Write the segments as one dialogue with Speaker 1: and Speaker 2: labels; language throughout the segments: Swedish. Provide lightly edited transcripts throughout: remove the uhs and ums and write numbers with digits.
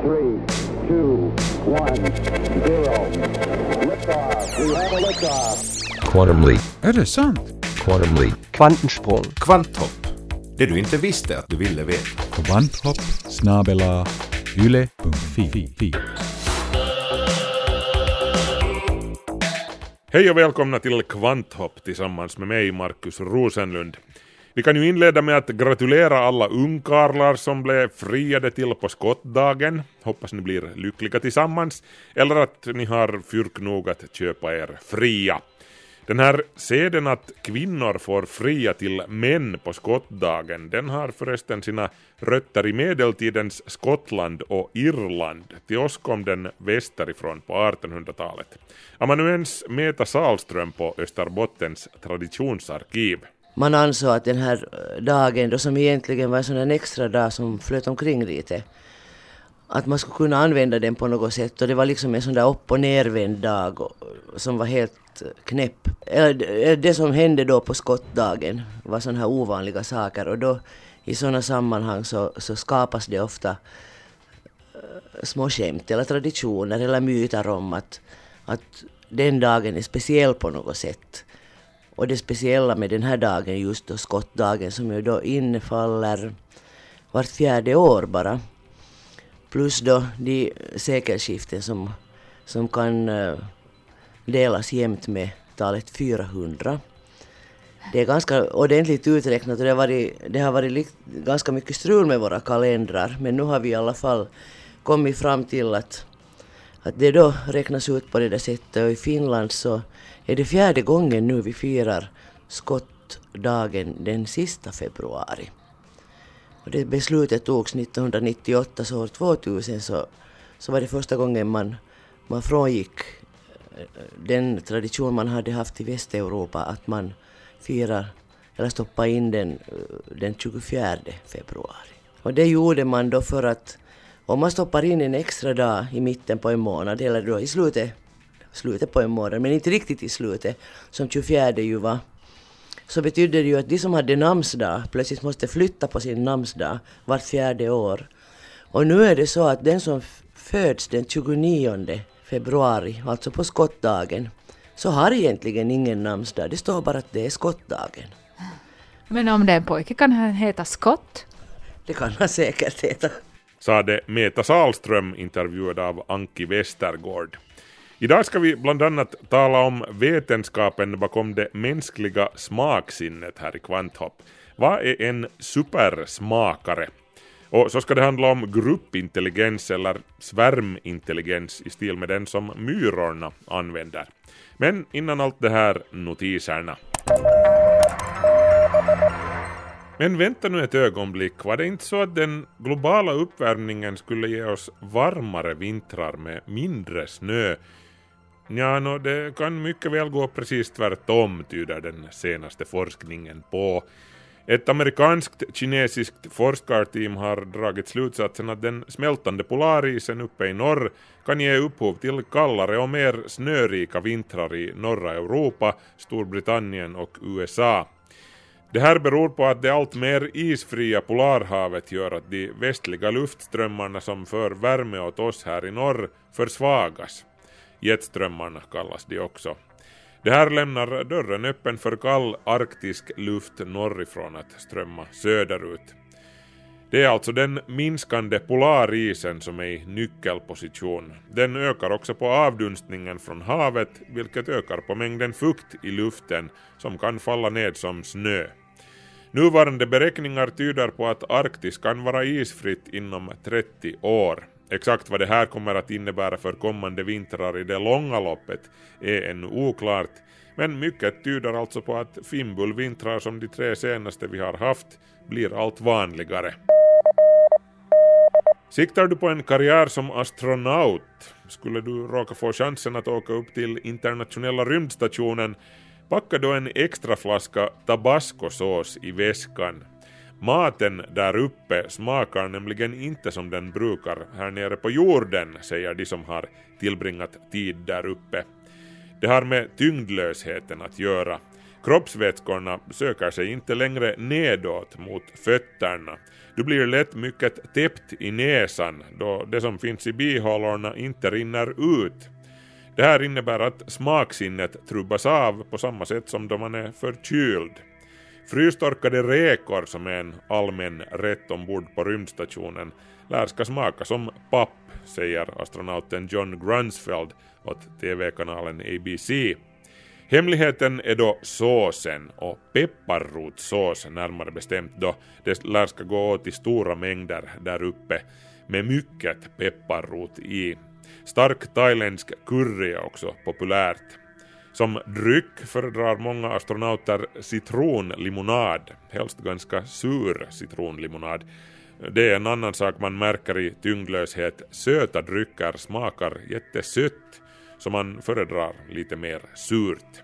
Speaker 1: 3, 2, 1, 0. Liftoff. We have a liftoff.
Speaker 2: Quantum leap.
Speaker 3: Är det sant?
Speaker 2: Quantum leap.
Speaker 4: Kvantensprung.
Speaker 5: Kvanthopp. Det du inte visste att du ville veta.
Speaker 3: Kvanthopp@yle.fi.
Speaker 6: Hej och välkomna till Kvanthopp tillsammans med mig, Markus Rosenlund. Vi kan ju inleda med att gratulera alla ungkarlar som blev friade till på skottdagen. Hoppas ni blir lyckliga tillsammans. Eller att ni har fyrk nog att köpa er fria. Den här seden att kvinnor får fria till män på skottdagen, den har förresten sina rötter i medeltidens Skottland och Irland. Till oss kom den västerifrån på 1800-talet. Amanuens Meta Sahlström på Österbottens traditionsarkiv.
Speaker 4: Man ansåg att den här dagen, då som egentligen var en sån här extra dag som flöt omkring lite, att man skulle kunna använda den på något sätt. Och det var liksom en sån där upp- och nervänd dag som var helt knäpp. Det som hände då på skottdagen var såna här ovanliga saker. Och då i sådana sammanhang så skapas det ofta små skämt eller traditioner eller myter om att den dagen är speciell på något sätt. Och det speciella med den här dagen, just då skottdagen, som ju då infaller vart 4:e år bara. Plus då de sekelskiften som kan delas jämnt med talet 400. Det är ganska ordentligt uträknat och det har varit ganska mycket strul med våra kalendrar. Men nu har vi i alla fall kommit fram till att det då räknas ut på det där sättet. Och i Finland så är det 4:e gången nu vi firar skottdagen den sista februari. Och det beslutet togs 1998, så år 2000 så var det första gången man frångick den tradition man hade haft i Västeuropa, att man firar eller stoppar in den 24 februari. Och det gjorde man då för att om man stoppar in en extra dag i mitten på en månad, eller då i slutet på en månad, men inte riktigt i slutet, som 24 ju var, så betyder det ju att de som hade namnsdag plötsligt måste flytta på sin namnsdag vart 4:e år. Och nu är det så att den som föds den 29 februari, alltså på skottdagen, så har egentligen ingen namnsdag. Det står bara att det är skottdagen.
Speaker 7: Men om det är en pojke kan han heta Skott?
Speaker 4: Det kan han säkert heta.
Speaker 6: Sade Meta Sahlström, intervjuad av Anki Westergård. Idag ska vi bland annat tala om vetenskapen bakom det mänskliga smaksinnet här i Kvanthopp. Vad är en supersmakare? Och så ska det handla om gruppintelligens eller svärmintelligens i stil med den som myrorna använder. Men innan allt det här, notiserna. Men vänta nu ett ögonblick, var det inte så att den globala uppvärmningen skulle ge oss varmare vintrar med mindre snö? Ja, det kan mycket väl gå precis tvärtom, tyder den senaste forskningen på. Ett amerikanskt-kinesiskt forskarteam har dragit slutsatsen att den smältande polarisen uppe i norr kan ge upphov till kallare och mer snörika vintrar i norra Europa, Storbritannien och USA. Det här beror på att det allt mer isfria polarhavet gör att de västliga luftströmmarna som för värme åt oss här i norr försvagas. Jetströmmarna kallas de också. Det här lämnar dörren öppen för kall arktisk luft norrifrån att strömma söderut. Det är alltså den minskande polarisen som är i nyckelposition. Den ökar också på avdunstningen från havet, vilket ökar på mängden fukt i luften som kan falla ned som snö. Nuvarande beräkningar tyder på att Arktis kan vara isfritt inom 30 år. Exakt vad det här kommer att innebära för kommande vintrar i det långa loppet är ännu oklart, men mycket tyder alltså på att fimbulvintrar som de 3 senaste vi har haft blir allt vanligare. Siktar du på en karriär som astronaut? Skulle du råka få chansen att åka upp till internationella rymdstationen, packa då en extra flaska tabascosås i väskan. Maten där uppe smakar nämligen inte som den brukar här nere på jorden, säger de som har tillbringat tid där uppe. Det har med tyngdlösheten att göra. Kroppsvätskorna söker sig inte längre nedåt mot fötterna. Du blir lätt mycket täppt i näsan då det som finns i bihålorna inte rinner ut. Det här innebär att smaksinnet trubbas av på samma sätt som då man är förkyld. Frystorkade räkor, som är en allmän rätt ombord på rymdstationen, lär ska smaka som papp, säger astronauten John Grunsfeld åt TV-kanalen ABC. Hemligheten är då såsen, och pepparrotssås närmare bestämt då. Det lär ska gå åt i stora mängder där uppe med mycket pepparrot i. Stark thailändsk curry är också populärt. Som dryck föredrar många astronauter citronlimonad, helst ganska sur citronlimonad. Det är en annan sak man märker i tyngdlöshet. Söta drycker smakar jättesött, så man föredrar lite mer surt.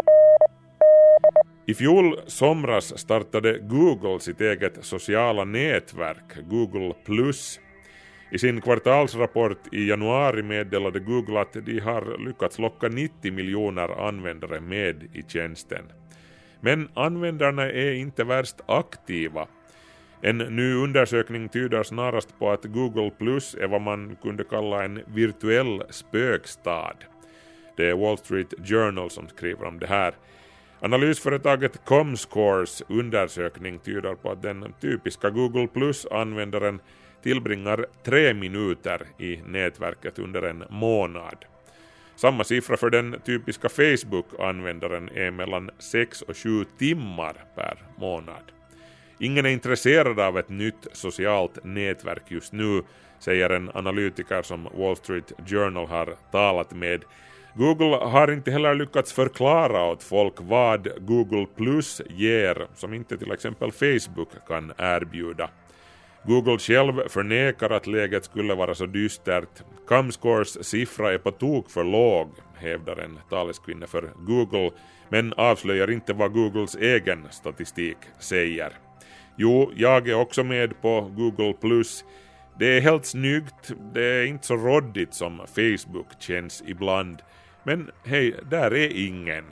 Speaker 6: I fjol somras startade Google sitt eget sociala nätverk, Google+. I sin kvartalsrapport i januari meddelade Google att de har lyckats locka 90 miljoner användare med i tjänsten. Men användarna är inte värst aktiva. En ny undersökning tyder snarast på att Google Plus är vad man kunde kalla en virtuell spökstad. Det är Wall Street Journal som skriver om det här. Analysföretaget Comscores undersökning tyder på att den typiska Google Plus-användaren tillbringar 3 minuter i nätverket under en månad. Samma siffra för den typiska Facebook-användaren är mellan 6 och 7 timmar per månad. Ingen är intresserad av ett nytt socialt nätverk just nu, säger en analytiker som Wall Street Journal har talat med. Google har inte heller lyckats förklara åt folk vad Google Plus ger som inte till exempel Facebook kan erbjuda. Google själv förnekar att läget skulle vara så dystert. Comscores siffra är på tok för låg, hävdar en taleskvinna för Google, men avslöjar inte vad Googles egen statistik säger. Jo, jag är också med på Google+. Det är helt snyggt, det är inte så råddigt som Facebook känns ibland. Men hej, där är ingen.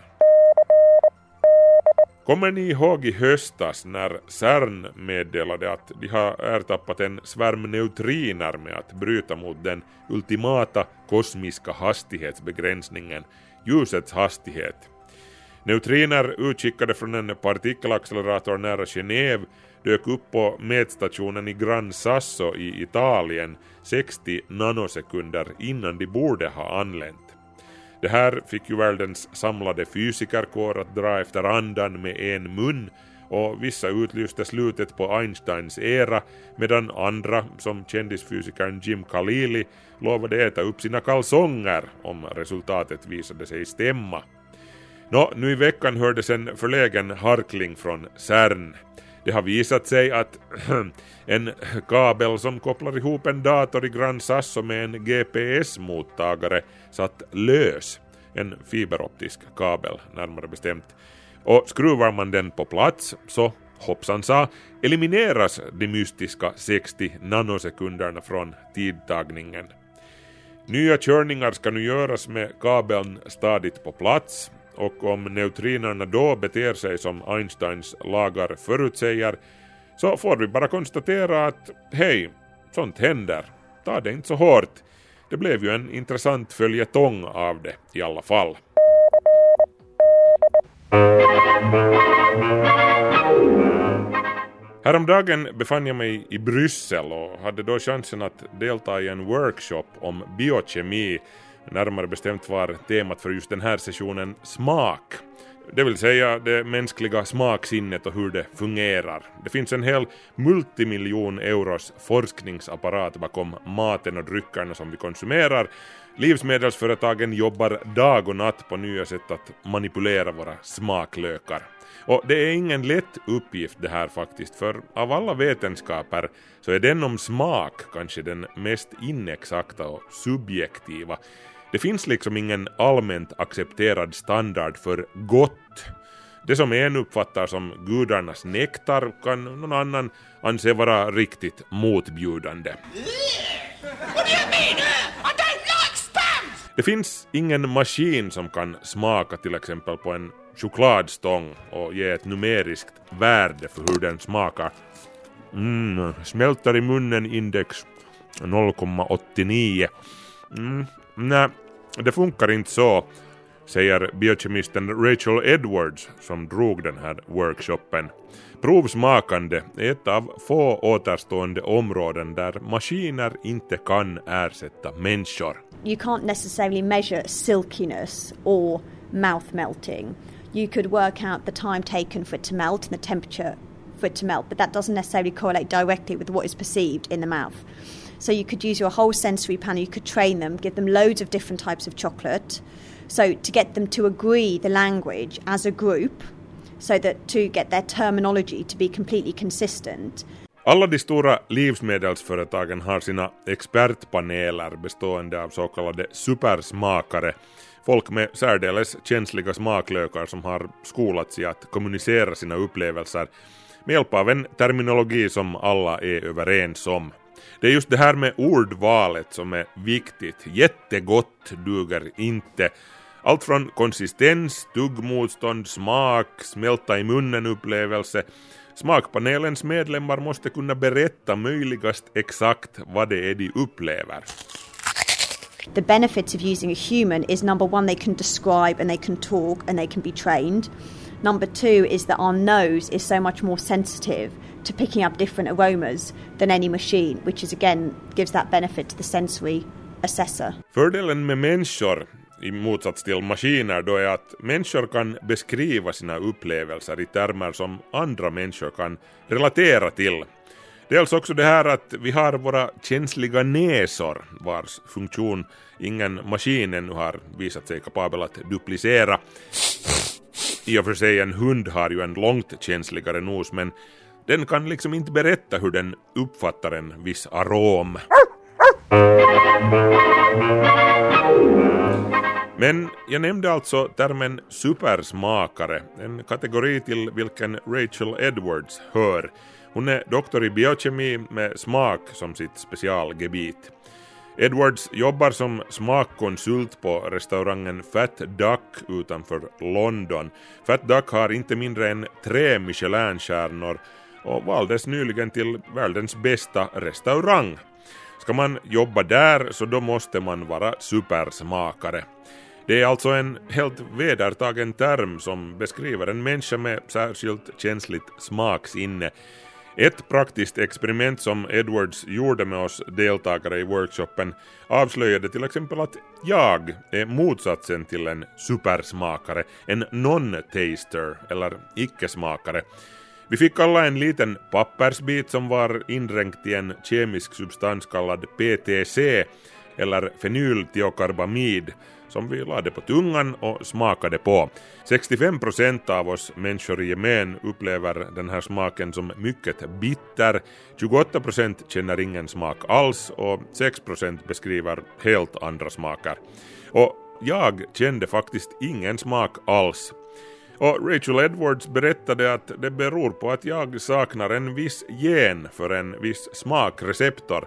Speaker 6: Kommer ni ihåg i höstas när CERN meddelade att de har ertappat en svärm neutriner med att bryta mot den ultimata kosmiska hastighetsbegränsningen, ljusets hastighet? Neutriner utskickade från en partikelaccelerator nära Genève dök upp på mätstationen i Gran Sasso i Italien 60 nanosekunder innan de borde ha anlänt. Det här fick ju världens samlade fysikerkår att dra efter andan med en mun, och vissa utlyste slutet på Einsteins era, medan andra, som kändisfysikern Jim Khalili, lovade äta upp sina kalsonger om resultatet visade sig stämma. Nu i veckan hördes en förlägen harkling från CERN. Det har visat sig att en kabel som kopplar ihop en dator i Gran Sasso med en GPS-mottagare satt lös. En fiberoptisk kabel närmare bestämt. Och skruvar man den på plats så, hoppsan sa, elimineras de mystiska 60 nanosekunderna från tidtagningen. Nya körningar ska nu göras med kabeln stadigt på plats. Och om neutrinerna då beter sig som Einsteins lagar förutsäger, så får vi bara konstatera att hej, sånt händer. Ta det inte så hårt. Det blev ju en intressant följetong av det i alla fall. Häromdagen befann jag mig i Bryssel och hade då chansen att delta i en workshop om biokemi. Närmare bestämt var temat för just den här sessionen smak. Det vill säga det mänskliga smaksinnet och hur det fungerar. Det finns en hel multimiljon euros forskningsapparat bakom maten och dryckerna som vi konsumerar. Livsmedelsföretagen jobbar dag och natt på nya sätt att manipulera våra smaklökar. Och det är ingen lätt uppgift det här faktiskt, för av alla vetenskaper så är den om smak kanske den mest inexakta och subjektiva. Det finns liksom ingen allmänt accepterad standard för gott. Det som en uppfattar som gudarnas nektar kan någon annan anse vara riktigt motbjudande. Det finns ingen maskin som kan smaka till exempel på en chokladstång och ge ett numeriskt värde för hur den smakar. Smälter i munnen index 0,89. Nej, det funkar inte så, säger biokemisten Rachel Edwards som drog den här workshopen. Provsmakande är ett av få återstående områden där maskiner inte kan ersätta människor.
Speaker 2: You can't necessarily measure silkiness or mouth melting. You could work out the time taken for it to melt and the temperature for it to melt, but that doesn't necessarily correlate directly with what is perceived in the mouth. So you could use your whole sensory panel, you could train them, give them loads of different types of chocolate, so to get them to agree the language as a group, so that to get their terminology to be completely consistent.
Speaker 6: Alla de stora livsmedelsföretagen har sina expertpaneler bestående av så kallade supersmakare, folk med särdeles känsliga smaklökar som har skolats i att kommunicera sina upplevelser med hjälp av en terminologi som alla är överens om. Det är just det här med ordvalet som är viktigt. Jättegott duger inte. Allt från konsistens, tuggmotstånd, smak, smälta i munnen upplevelse. Smakpanelens medlemmar måste kunna berätta möjligast exakt vad det är de upplever.
Speaker 2: The benefits of using a human is number one, they can describe and they can talk and they can be trained. Number two is that our nose is so much more sensitive to picking up different aromas than any machine, which is again gives that benefit to the sensory assessor.
Speaker 6: Fördelen med människor i motsats till maskiner då är att människor kan beskriva sina upplevelser i termer som andra människor kan relatera till. Dels också det här att vi har våra känsliga näsor vars funktion ingen maskin ännu har visat sig kapabel att duplicera. I och för sig en hund har ju en långt känsligare nos, men den kan liksom inte berätta hur den uppfattar en viss arom. Men jag nämnde alltså termen supersmakare, en kategori till vilken Rachel Edwards hör. Hon är doktor i biokemi med smak som sitt specialgebit. Edwards jobbar som smakkonsult på restaurangen Fat Duck utanför London. Fat Duck har inte mindre än 3 Michelin-stjärnor och valdes nyligen till världens bästa restaurang. Ska man jobba där så då måste man vara supersmakare. Det är alltså en helt vedertagen term som beskriver en människa med särskilt känsligt smaksinne. Ett praktiskt experiment som Edwards gjorde med oss deltagare i workshopen avslöjade till exempel att jag är motsatsen till en supersmakare, en non-taster eller icke-smakare. Vi fick alla en liten pappersbit som var inränkt i en kemisk substans kallad PTC eller fenyltiokarbamid som vi lade på tungan och smakade på. 65% av oss människor i gemen upplever den här smaken som mycket bitter, 28% känner ingen smak alls och 6% beskriver helt andra smaker. Och jag kände faktiskt ingen smak alls. Och Rachel Edwards berättade att det beror på att jag saknar en viss gen för en viss smakreceptor,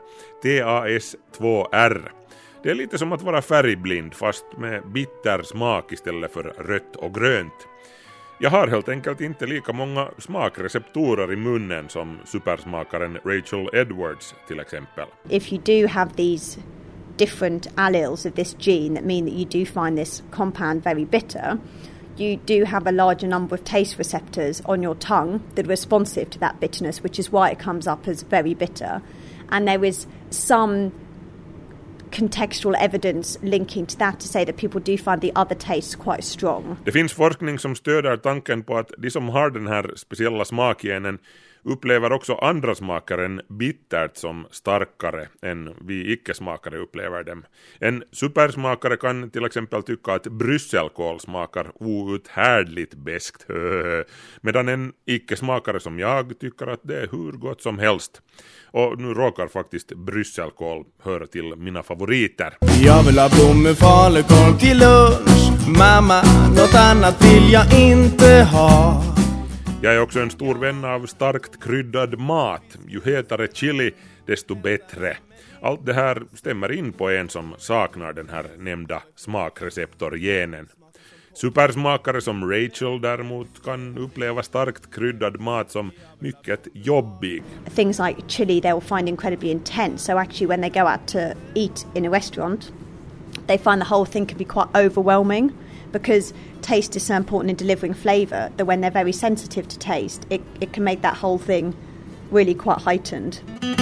Speaker 6: TAS2R. Det är lite som att vara färgblind fast med bitter smak istället för rött och grönt. Jag har helt enkelt inte lika många smakreceptorer i munnen som supersmakaren Rachel Edwards till exempel.
Speaker 2: If you do have these different alleles of this gene that mean that you do find this compound very bitter, you do have a larger number of taste receptors on your tongue that are responsive to that bitterness, which is why it comes up as very bitter. And there is some contextual evidence linking to that to say that people do find the other tastes quite strong.
Speaker 6: Det finns forskning som stöder tanken på att de som har den här speciella smakgenen upplever också andra smaker än bittert som starkare än vi icke-smakare upplever dem. En supersmakare kan till exempel tycka att brysselkål smakar outhärdligt beskt, medan en icke-smakare som jag tycker att det är hur gott som helst. Och nu råkar faktiskt brysselkål höra till mina favoriter.
Speaker 8: Jag vill ha blommefalukorv till lunch, mamma, något annat vill jag inte ha.
Speaker 6: Jag är också en stor vän av starkt kryddad mat. Ju hetare chili, desto bättre. Allt det här stämmer in på en som saknar den här nämnda smakreceptorgenen. Supersmakare som Rachel däremot kan uppleva starkt kryddad mat som mycket jobbig.
Speaker 2: Things like chili they will find incredibly intense. So actually when they go out to eat in a restaurant, they find the whole thing can be quite overwhelming because taste is so important in delivering flavour that when they're very sensitive to taste, it can make that whole thing really quite heightened.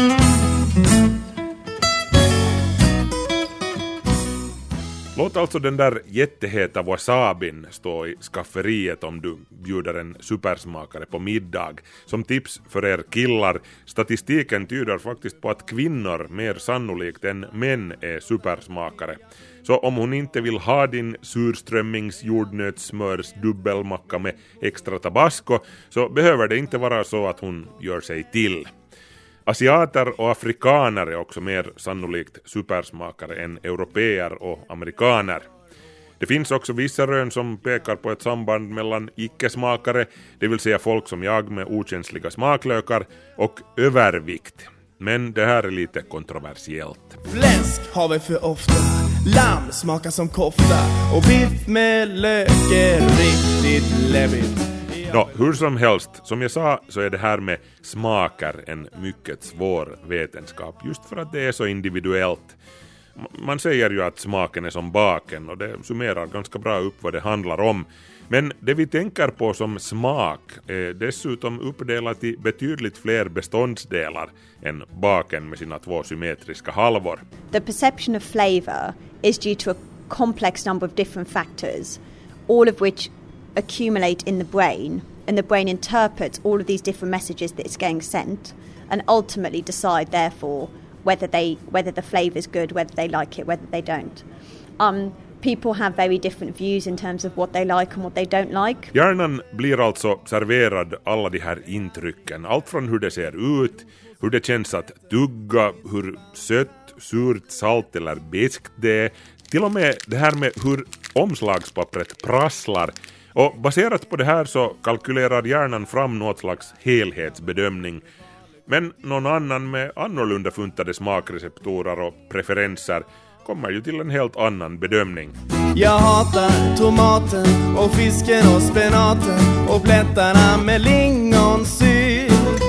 Speaker 6: Låt alltså den där jätteheta wasabin stå i skafferiet om du bjuder en supersmakare på middag. Som tips för er killar, statistiken tyder faktiskt på att kvinnor mer sannolikt än män är supersmakare. Så om hon inte vill ha din surströmmings jordnötssmörs dubbelmacka med extra tabasco så behöver det inte vara så att hon gör sig till. Asiater och afrikaner är också mer sannolikt supersmakare än europeer och amerikaner. Det finns också vissa rön som pekar på ett samband mellan icke-smakare, det vill säga folk som jag med okänsliga smaklökar, och övervikt. Men det här är lite kontroversiellt.
Speaker 8: Fläsk har vi för ofta, lamm smakar som kofta och biff med lök är riktigt läbbigt.
Speaker 6: Hur som helst, som jag sa så är det här med smaker en mycket svår vetenskap just för att det är så individuellt. Man säger ju att smaken är som baken och det summerar ganska bra upp vad det handlar om. Men det vi tänker på som smak är dessutom uppdelat i betydligt fler beståndsdelar än baken med sina 2 symmetriska halvor.
Speaker 2: The perception of flavour is due to a complex number of different factors, all of which accumulate in the brain, and the brain interprets all of these different messages that it's getting sent and ultimately decide therefore whether the flavour is good, whether they like it, whether they don't. People have very different views in terms of what they like and what they don't like.
Speaker 6: Hjärnan blir alltså serverad alla de här intrycken, allt från hur det ser ut, hur det känns att tugga, hur sött, surt, salt eller beskt det är, till och med det här med hur omslagspappret prasslar. Och baserat på det här så kalkylerar hjärnan fram något slags helhetsbedömning. Men någon annan med annorlunda funtade smakreceptorer och preferenser kommer ju till en helt annan bedömning.
Speaker 8: Jag hatar tomaten och fisken och spenaten och plättarna med lingonsylt.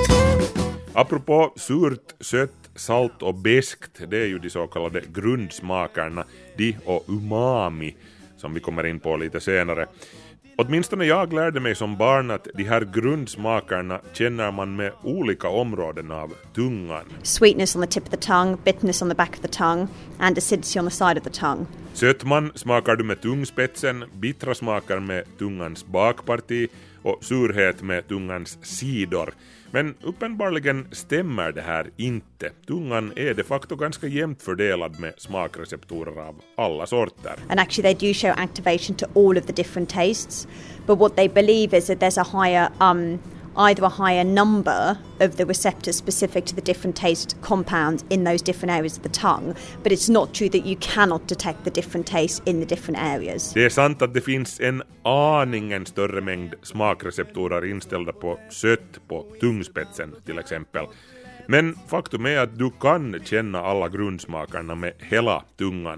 Speaker 6: Apropå surt, sött, salt och beskt, det är ju de så kallade grundsmakerna, de och umami, som vi kommer in på lite senare. Åtminstone jag lärde mig som barn att de här grundsmakerna känner man med olika områden av tungan.
Speaker 2: Sweetness on the tip of the tongue, bitterness on the back of the tongue and acidity on the side of the tongue.
Speaker 6: Sötman smakar du med tungspetsen, bittra smakar med tungans bakparti och surhet med tungans sidor. Men uppenbarligen stämmer det här inte. Tungan är de facto ganska jämnt fördelad med smakreceptorer av alla sorter.
Speaker 2: And actually they do show activation to all of the different tastes. But what they believe is that there's a higher, either a higher number of the receptors specific to the different taste compounds in those different areas of the tongue. But it's not true that you cannot detect the different tastes in the different areas.
Speaker 6: Det är sant att det finns en aningen större mängd smakreceptorer inställda på sött på tungspetsen till exempel. Men faktum är att du kan känna alla grundsmakerna med hela tungan.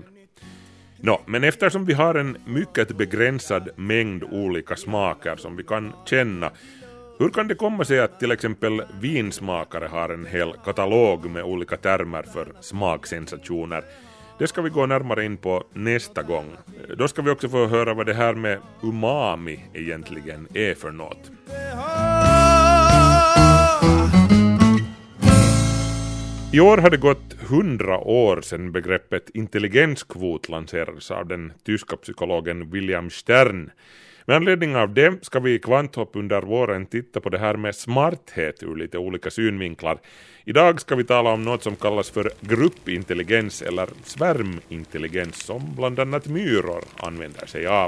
Speaker 6: Men eftersom vi har en mycket begränsad mängd olika smaker som vi kan känna, hur kan det komma sig att till exempel vinsmakare har en hel katalog med olika termer för smaksensationer? Det ska vi gå närmare in på nästa gång. Då ska vi också få höra vad det här med umami egentligen är för något. I år har det gått 100 år sedan begreppet intelligenskvot lanserades av den tyska psykologen William Stern. Med anledning av det ska vi i Kvanthopp under våren titta på det här med smarthet ur lite olika synvinklar. Idag ska vi tala om något som kallas för gruppintelligens eller svärmintelligens som bland annat myror använder sig av.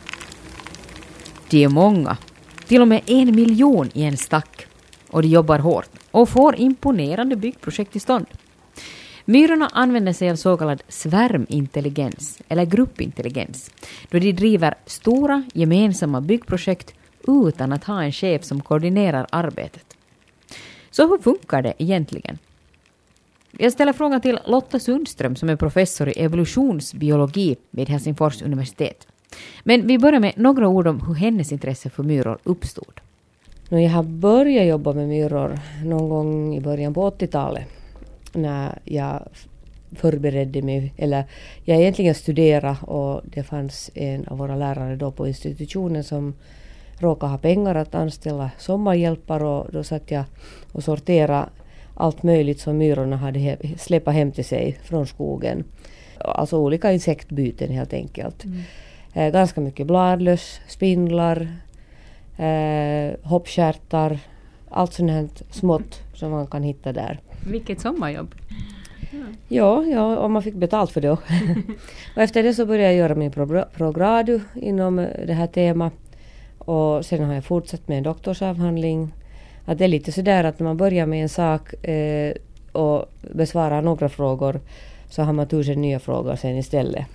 Speaker 9: De är många, till och med 1 miljon i en stack. Och de jobbar hårt och får imponerande byggprojekt till stånd. Myrorna använder sig av så kallad svärmintelligens eller gruppintelligens då de driver stora gemensamma byggprojekt utan att ha en chef som koordinerar arbetet. Så hur funkar det egentligen? Jag ställer frågan till Lotta Sundström som är professor i evolutionsbiologi vid Helsingfors universitet. Men vi börjar med några ord om hur hennes intresse för myror uppstod.
Speaker 10: Jag har börjat jobba med myror någon gång i början på 80-talet. När jag förberedde mig, eller jag egentligen studerade, och det fanns en av våra lärare då på institutionen som råkade ha pengar att anställa sommarhjälpare, och då satt jag och sorterade allt möjligt som myrorna hade släppt hem till sig från skogen. Alltså olika insektbyten helt enkelt. Ganska mycket bladlöss, spindlar, hoppskärtar, allt sånt här smått som man kan hitta där.
Speaker 9: Vilket sommarjobb!
Speaker 10: Ja, och man fick betalt för det. Och efter det så började jag göra min progradu inom det här temat. Och sen har jag fortsatt med en doktorsavhandling. Att det är lite sådär att när man börjar med en sak och besvarar några frågor, så har man 1000 nya frågor sen istället.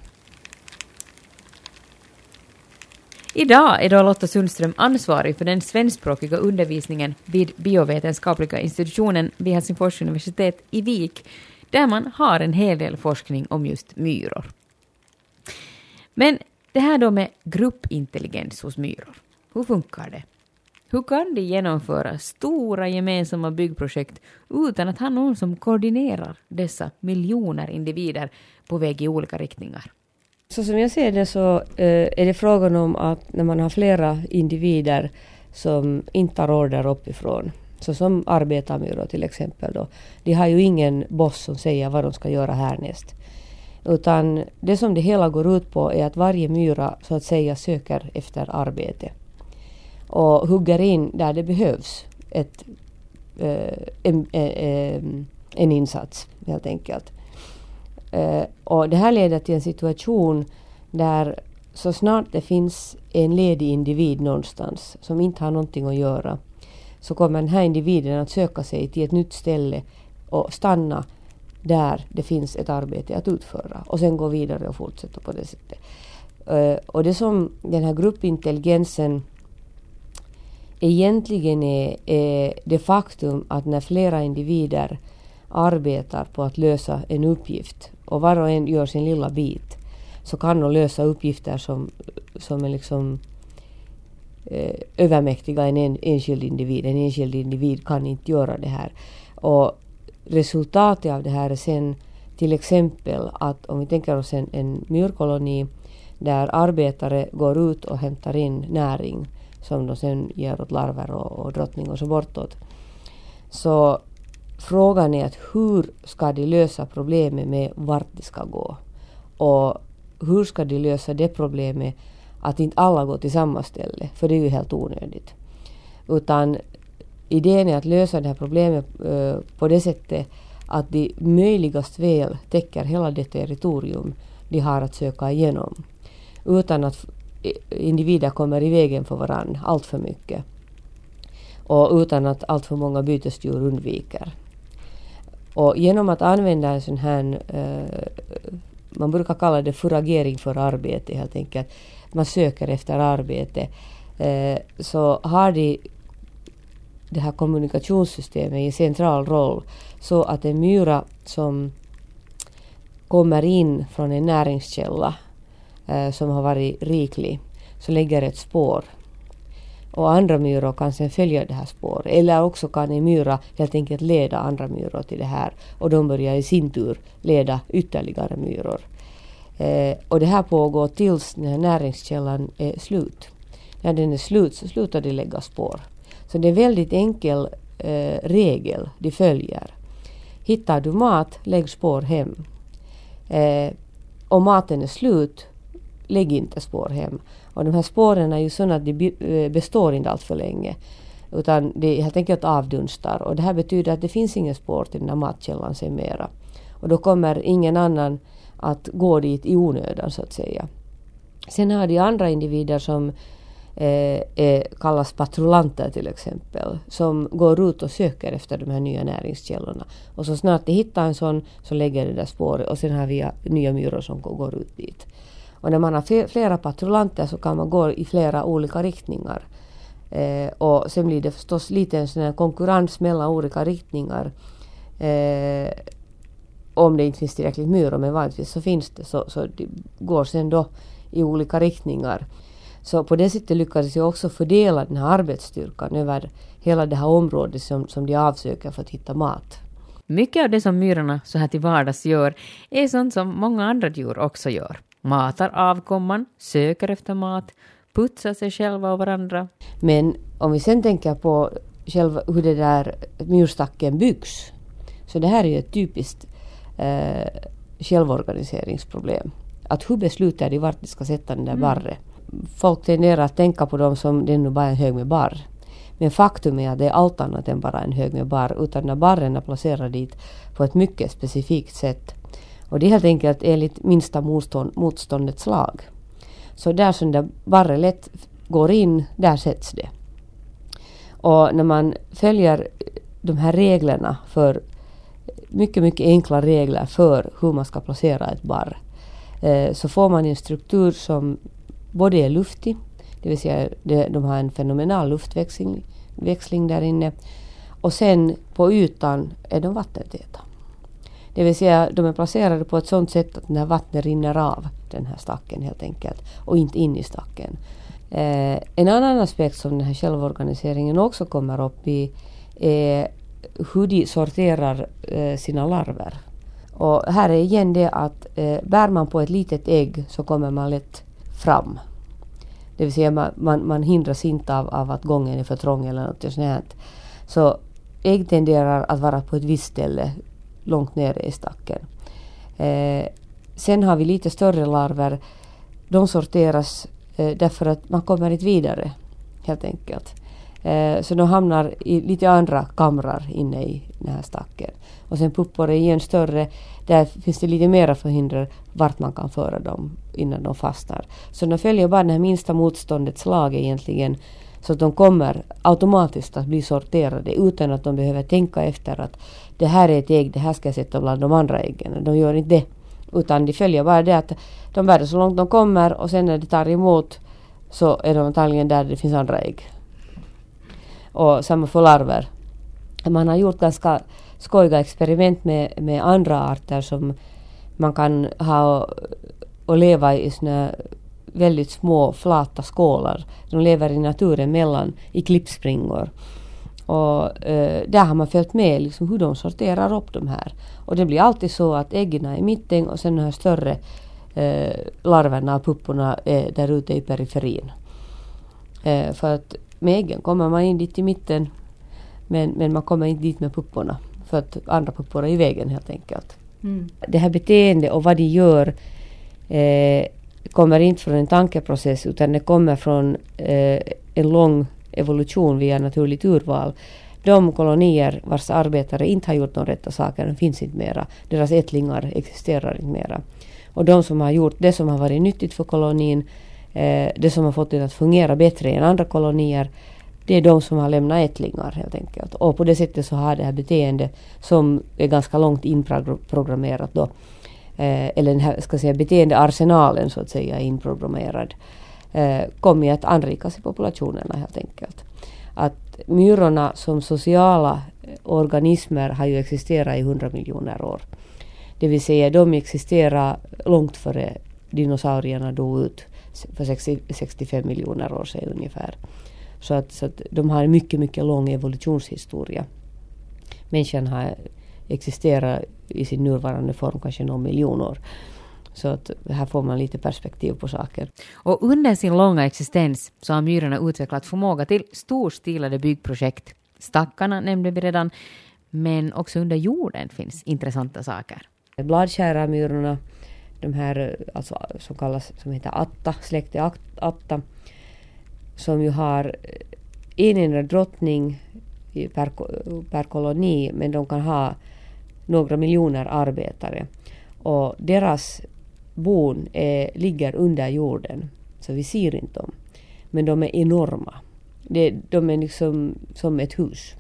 Speaker 9: Idag är då Lotta Sundström ansvarig för den svenskspråkiga undervisningen vid biovetenskapliga institutionen vid Helsingfors universitet i Vik, där man har en hel del forskning om just myror. Men det här då med gruppintelligens hos myror, hur funkar det? Hur kan de genomföra stora gemensamma byggprojekt utan att ha någon som koordinerar dessa miljoner individer på väg i olika riktningar?
Speaker 10: Så som jag ser det så är det frågan om att när man har flera individer som inte har order uppifrån, så som arbetarmyror till exempel då, de har ju ingen boss som säger vad de ska göra härnäst. Utan det som det hela går ut på är att varje myra så att säga söker efter arbete. Och hugger in där det behövs en insats helt enkelt. Och det här leder till en situation där så snart det finns en ledig individ någonstans som inte har någonting att göra, så kommer den här individen att söka sig till ett nytt ställe och stanna där det finns ett arbete att utföra. Och sen gå vidare och fortsätta på det sättet. Och det som den här gruppintelligensen egentligen är det faktum att när flera individer arbetar på att lösa en uppgift och var och en gör sin lilla bit, så kan de lösa uppgifter som är liksom övermäktiga en enskild individ. En enskild individ kan inte göra det här. Och resultatet av det här är sen till exempel att om vi tänker oss en myrkoloni där arbetare går ut och hämtar in näring som de sen ger åt larver och drottning och så bortåt. Så frågan är att hur ska de lösa problemet med vart de ska gå? Och hur ska de lösa det problemet att inte alla går till samma ställe? För det är ju helt onödigt. Utan idén är att lösa det här problemet på det sättet att de möjligast väl täcker hela det territorium de har att söka igenom. Utan att individer kommer i vägen för varandra allt för mycket. Och utan att allt för många bytesdjur undviker. Och genom att använda en sån här, man brukar kalla det foragering för arbete helt enkelt. Man söker efter arbete. Så har de det här kommunikationssystemet i central roll, så att en myra som kommer in från en näringskälla som har varit riklig, så lägger ett spår. Och andra myror kan sen följa det här spåret. Eller också kan en myra helt enkelt leda andra myror till det här. Och de börjar i sin tur leda ytterligare myror. Och det här pågår tills den här näringskällan är slut. När den är slut så slutar de lägga spår. Så det är en väldigt enkel regel de följer. Hittar du mat, lägg spår hem. Om maten är slut, lägg inte spår hem. Och de här spåren är ju sådana att de består inte allt för länge. Utan det helt enkelt avdunstar. Och det här betyder att det finns ingen spår till den här matkällan sen mera. Och då kommer ingen annan att gå dit i onödan så att säga. Sen har de andra individer som kallas patrullanter till exempel. Som går ut och söker efter de här nya näringskällorna. Och så snart de hittar en sån så lägger det där spåret. Och sen har vi nya myror som går ut dit. Och när man har flera patrullanter så kan man gå i flera olika riktningar. Och sen blir det förstås lite en sån här konkurrens mellan olika riktningar. om det inte finns tillräckligt myror, men vanligtvis så finns det, så det går sen då i olika riktningar. Så på det sättet lyckades jag också fördela den här arbetsstyrkan över hela det här området som de avsöker för att hitta mat.
Speaker 9: Mycket av det som myrorna så här till vardags gör är sånt som många andra djur också gör. Matar avkomman, söker efter mat, putsar sig själva och varandra.
Speaker 10: Men om vi sen tänker på själva hur det där myrstacken byggs, så det här är ju ett typiskt självorganiseringsproblem. Att hur beslutar de vart de ska sätta den där barre? Folk tenderar att tänka på dem som det är nog bara en hög med barr. Men faktum är att det är allt annat än bara en hög med barr, utan när barren är placerad dit på ett mycket specifikt sätt. Och det är helt enkelt enligt minsta motståndets lag. Så där som där barre lätt går in, där sätts det. Och när man följer de här reglerna, för mycket, mycket enkla regler för hur man ska placera ett barr, så får man en struktur som både är luftig, det vill säga de har en fenomenal luftväxling där inne, och sen på ytan är de vattentäta. Det vill säga de är placerade på ett sådant sätt att när vattnet rinner av den här stacken helt enkelt och inte in i stacken. En annan aspekt som den här självorganiseringen också kommer upp i är hur de sorterar sina larver. Och här är igen det att bär man på ett litet ägg så kommer man lätt fram. Det vill säga man hindras inte av att gången är för trång eller något sånt här. Så ägg tenderar att vara på ett visst ställe långt nere i stacken. Sen har vi lite större larver. De sorteras därför att man kommer inte vidare helt enkelt. Så de hamnar i lite andra kamrar inne i den här stacken. Och sen puppor är igen större. Där finns det lite mera förhinder vart man kan föra dem innan de fastnar. Så de följer bara det här minsta motståndets lag egentligen. Så att de kommer automatiskt att bli sorterade utan att de behöver tänka efter att det här är ett ägg, det här ska jag sätta bland de andra äggen. De gör inte det. Utan de följer bara det att de bär så långt de kommer, och sen när de tar emot så är de antagligen där det finns andra ägg. Och samma för larver. Man har gjort ganska skojiga experiment med andra arter som man kan ha och leva i såna väldigt små flata skålar. De lever i naturen i klippspringor. Och där har man följt med liksom hur de sorterar upp de här. Och det blir alltid så att äggen är i mitten och sen de här större larverna och pupporna är där ute i periferin. För att med äggen kommer man in dit i mitten, men man kommer inte dit med pupporna. För att andra puppor är i vägen helt enkelt. Det här beteendet och vad de gör kommer inte från en tankeprocess, utan det kommer från en lång evolution via naturligt urval. De kolonier vars arbetare inte har gjort de rätta saker, de finns inte mera. Deras ättlingar existerar inte mera. Och de som har gjort det som har varit nyttigt för kolonin, det som har fått det att fungera bättre än andra kolonier, det är de som har lämnat ättlingar helt enkelt. Och på det sättet så har det här beteendet, som är ganska långt inprogrammerat då, eller den här, ska säga, beteendearsenalen så att säga inprogrammerad, kommer att anrikas i populationerna helt enkelt. Att myrorna som sociala organismer har ju existerat i 100 miljoner år. Det vill säga de existerar långt före dinosaurierna dog ut för 65 miljoner år sedan ungefär. Så att de har en mycket, mycket lång evolutionshistoria. Människan har existerat i sin nuvarande form kanske någon miljon år. Så att här får man lite perspektiv på saker.
Speaker 9: Och under sin långa existens så har myrorna utvecklat förmåga till storstilade byggprojekt. Stackarna nämnde vi redan, men också under jorden finns intressanta saker.
Speaker 10: Bladskärarmyrorna, de här alltså, som heter Atta, släkte Atta, som ju har en enda drottning per koloni, men de kan ha några miljoner arbetare. Och deras bon ligger under jorden, så vi ser inte dem. Men de är enorma. De är liksom som ett hus.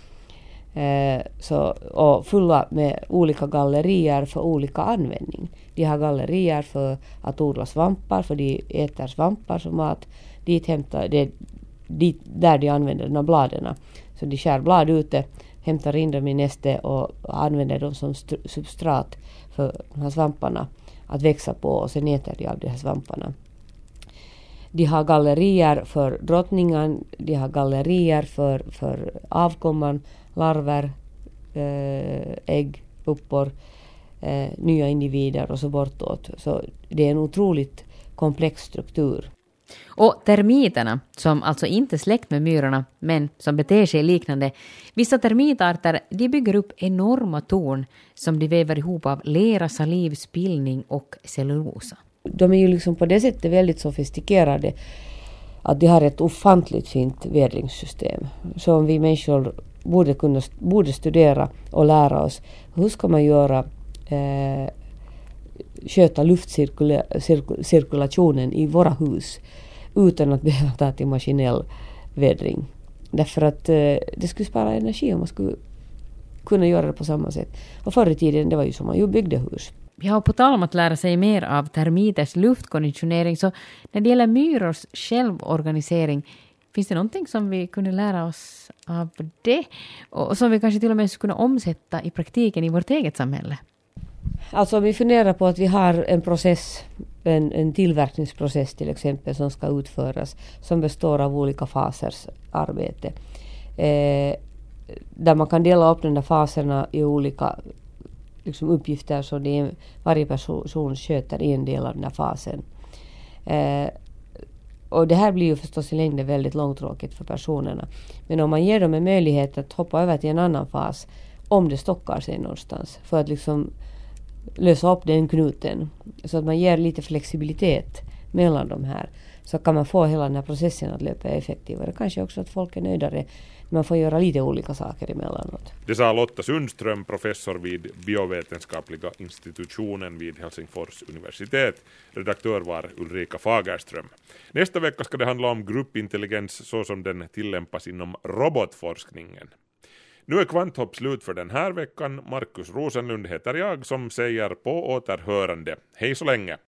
Speaker 10: Och fulla med olika gallerier för olika användning. De har gallerier för att odla svampar, för de äter svampar som mat. Där de använder de här bladen. Så de skär blad ute hämtar in dem i nästet och använder dem som substrat för de här svamparna att växa på, och sen äter de av de här svamparna. De har gallerier för drottningen, de har gallerier för avkomman, larver, ägg, puppor, nya individer och så bortåt. Så det är en otroligt komplex struktur.
Speaker 9: Och termiterna, som alltså inte är släkt med myrorna, men som beter sig liknande, vissa termitarter, de bygger upp enorma torn som de väver ihop av lera, saliv, spillning och cellulosa.
Speaker 10: De är ju liksom på det sättet väldigt sofistikerade att de har ett ofantligt fint vädringssystem som vi människor borde studera och lära oss. Hur ska man göra sköta luftcirkulationen i våra hus utan att behöva ta till maskinell vädring. Därför att det skulle spara energi om man skulle kunna göra det på samma sätt. Och förr i tiden, det var ju som man ju byggde hus.
Speaker 9: Ja, och på tal om att lära sig mer av termiters luftkonditionering, så när det gäller myrors självorganisering, finns det någonting som vi kunde lära oss av det? Och som vi kanske till och med skulle kunna omsätta i praktiken i vårt eget samhälle?
Speaker 10: Alltså om vi funderar på att vi har en process, en tillverkningsprocess till exempel som ska utföras, som består av olika fasers arbete. Där man kan dela upp de där faserna i olika liksom, uppgifter, så varje person sköter en del av den här fasen. Och det här blir ju förstås i längden väldigt långtråkigt för personerna. Men om man ger dem en möjlighet att hoppa över till en annan fas, om det stockar sig någonstans, för att liksom lösa upp den knuten, så att man ger lite flexibilitet mellan de här, så kan man få hela den här processen att löpa effektivare. Kanske också att folk är nöjdare. Man får göra lite olika saker emellanåt.
Speaker 6: Det sa Lotta Sundström, professor vid biovetenskapliga institutionen vid Helsingfors universitet. Redaktör var Ulrika Fagerström. Nästa vecka ska det handla om gruppintelligens så som den tillämpas inom robotforskningen. Nu är Kvanthopp slut för den här veckan. Markus Rosenlund heter jag som säger på återhörande. Hej så länge!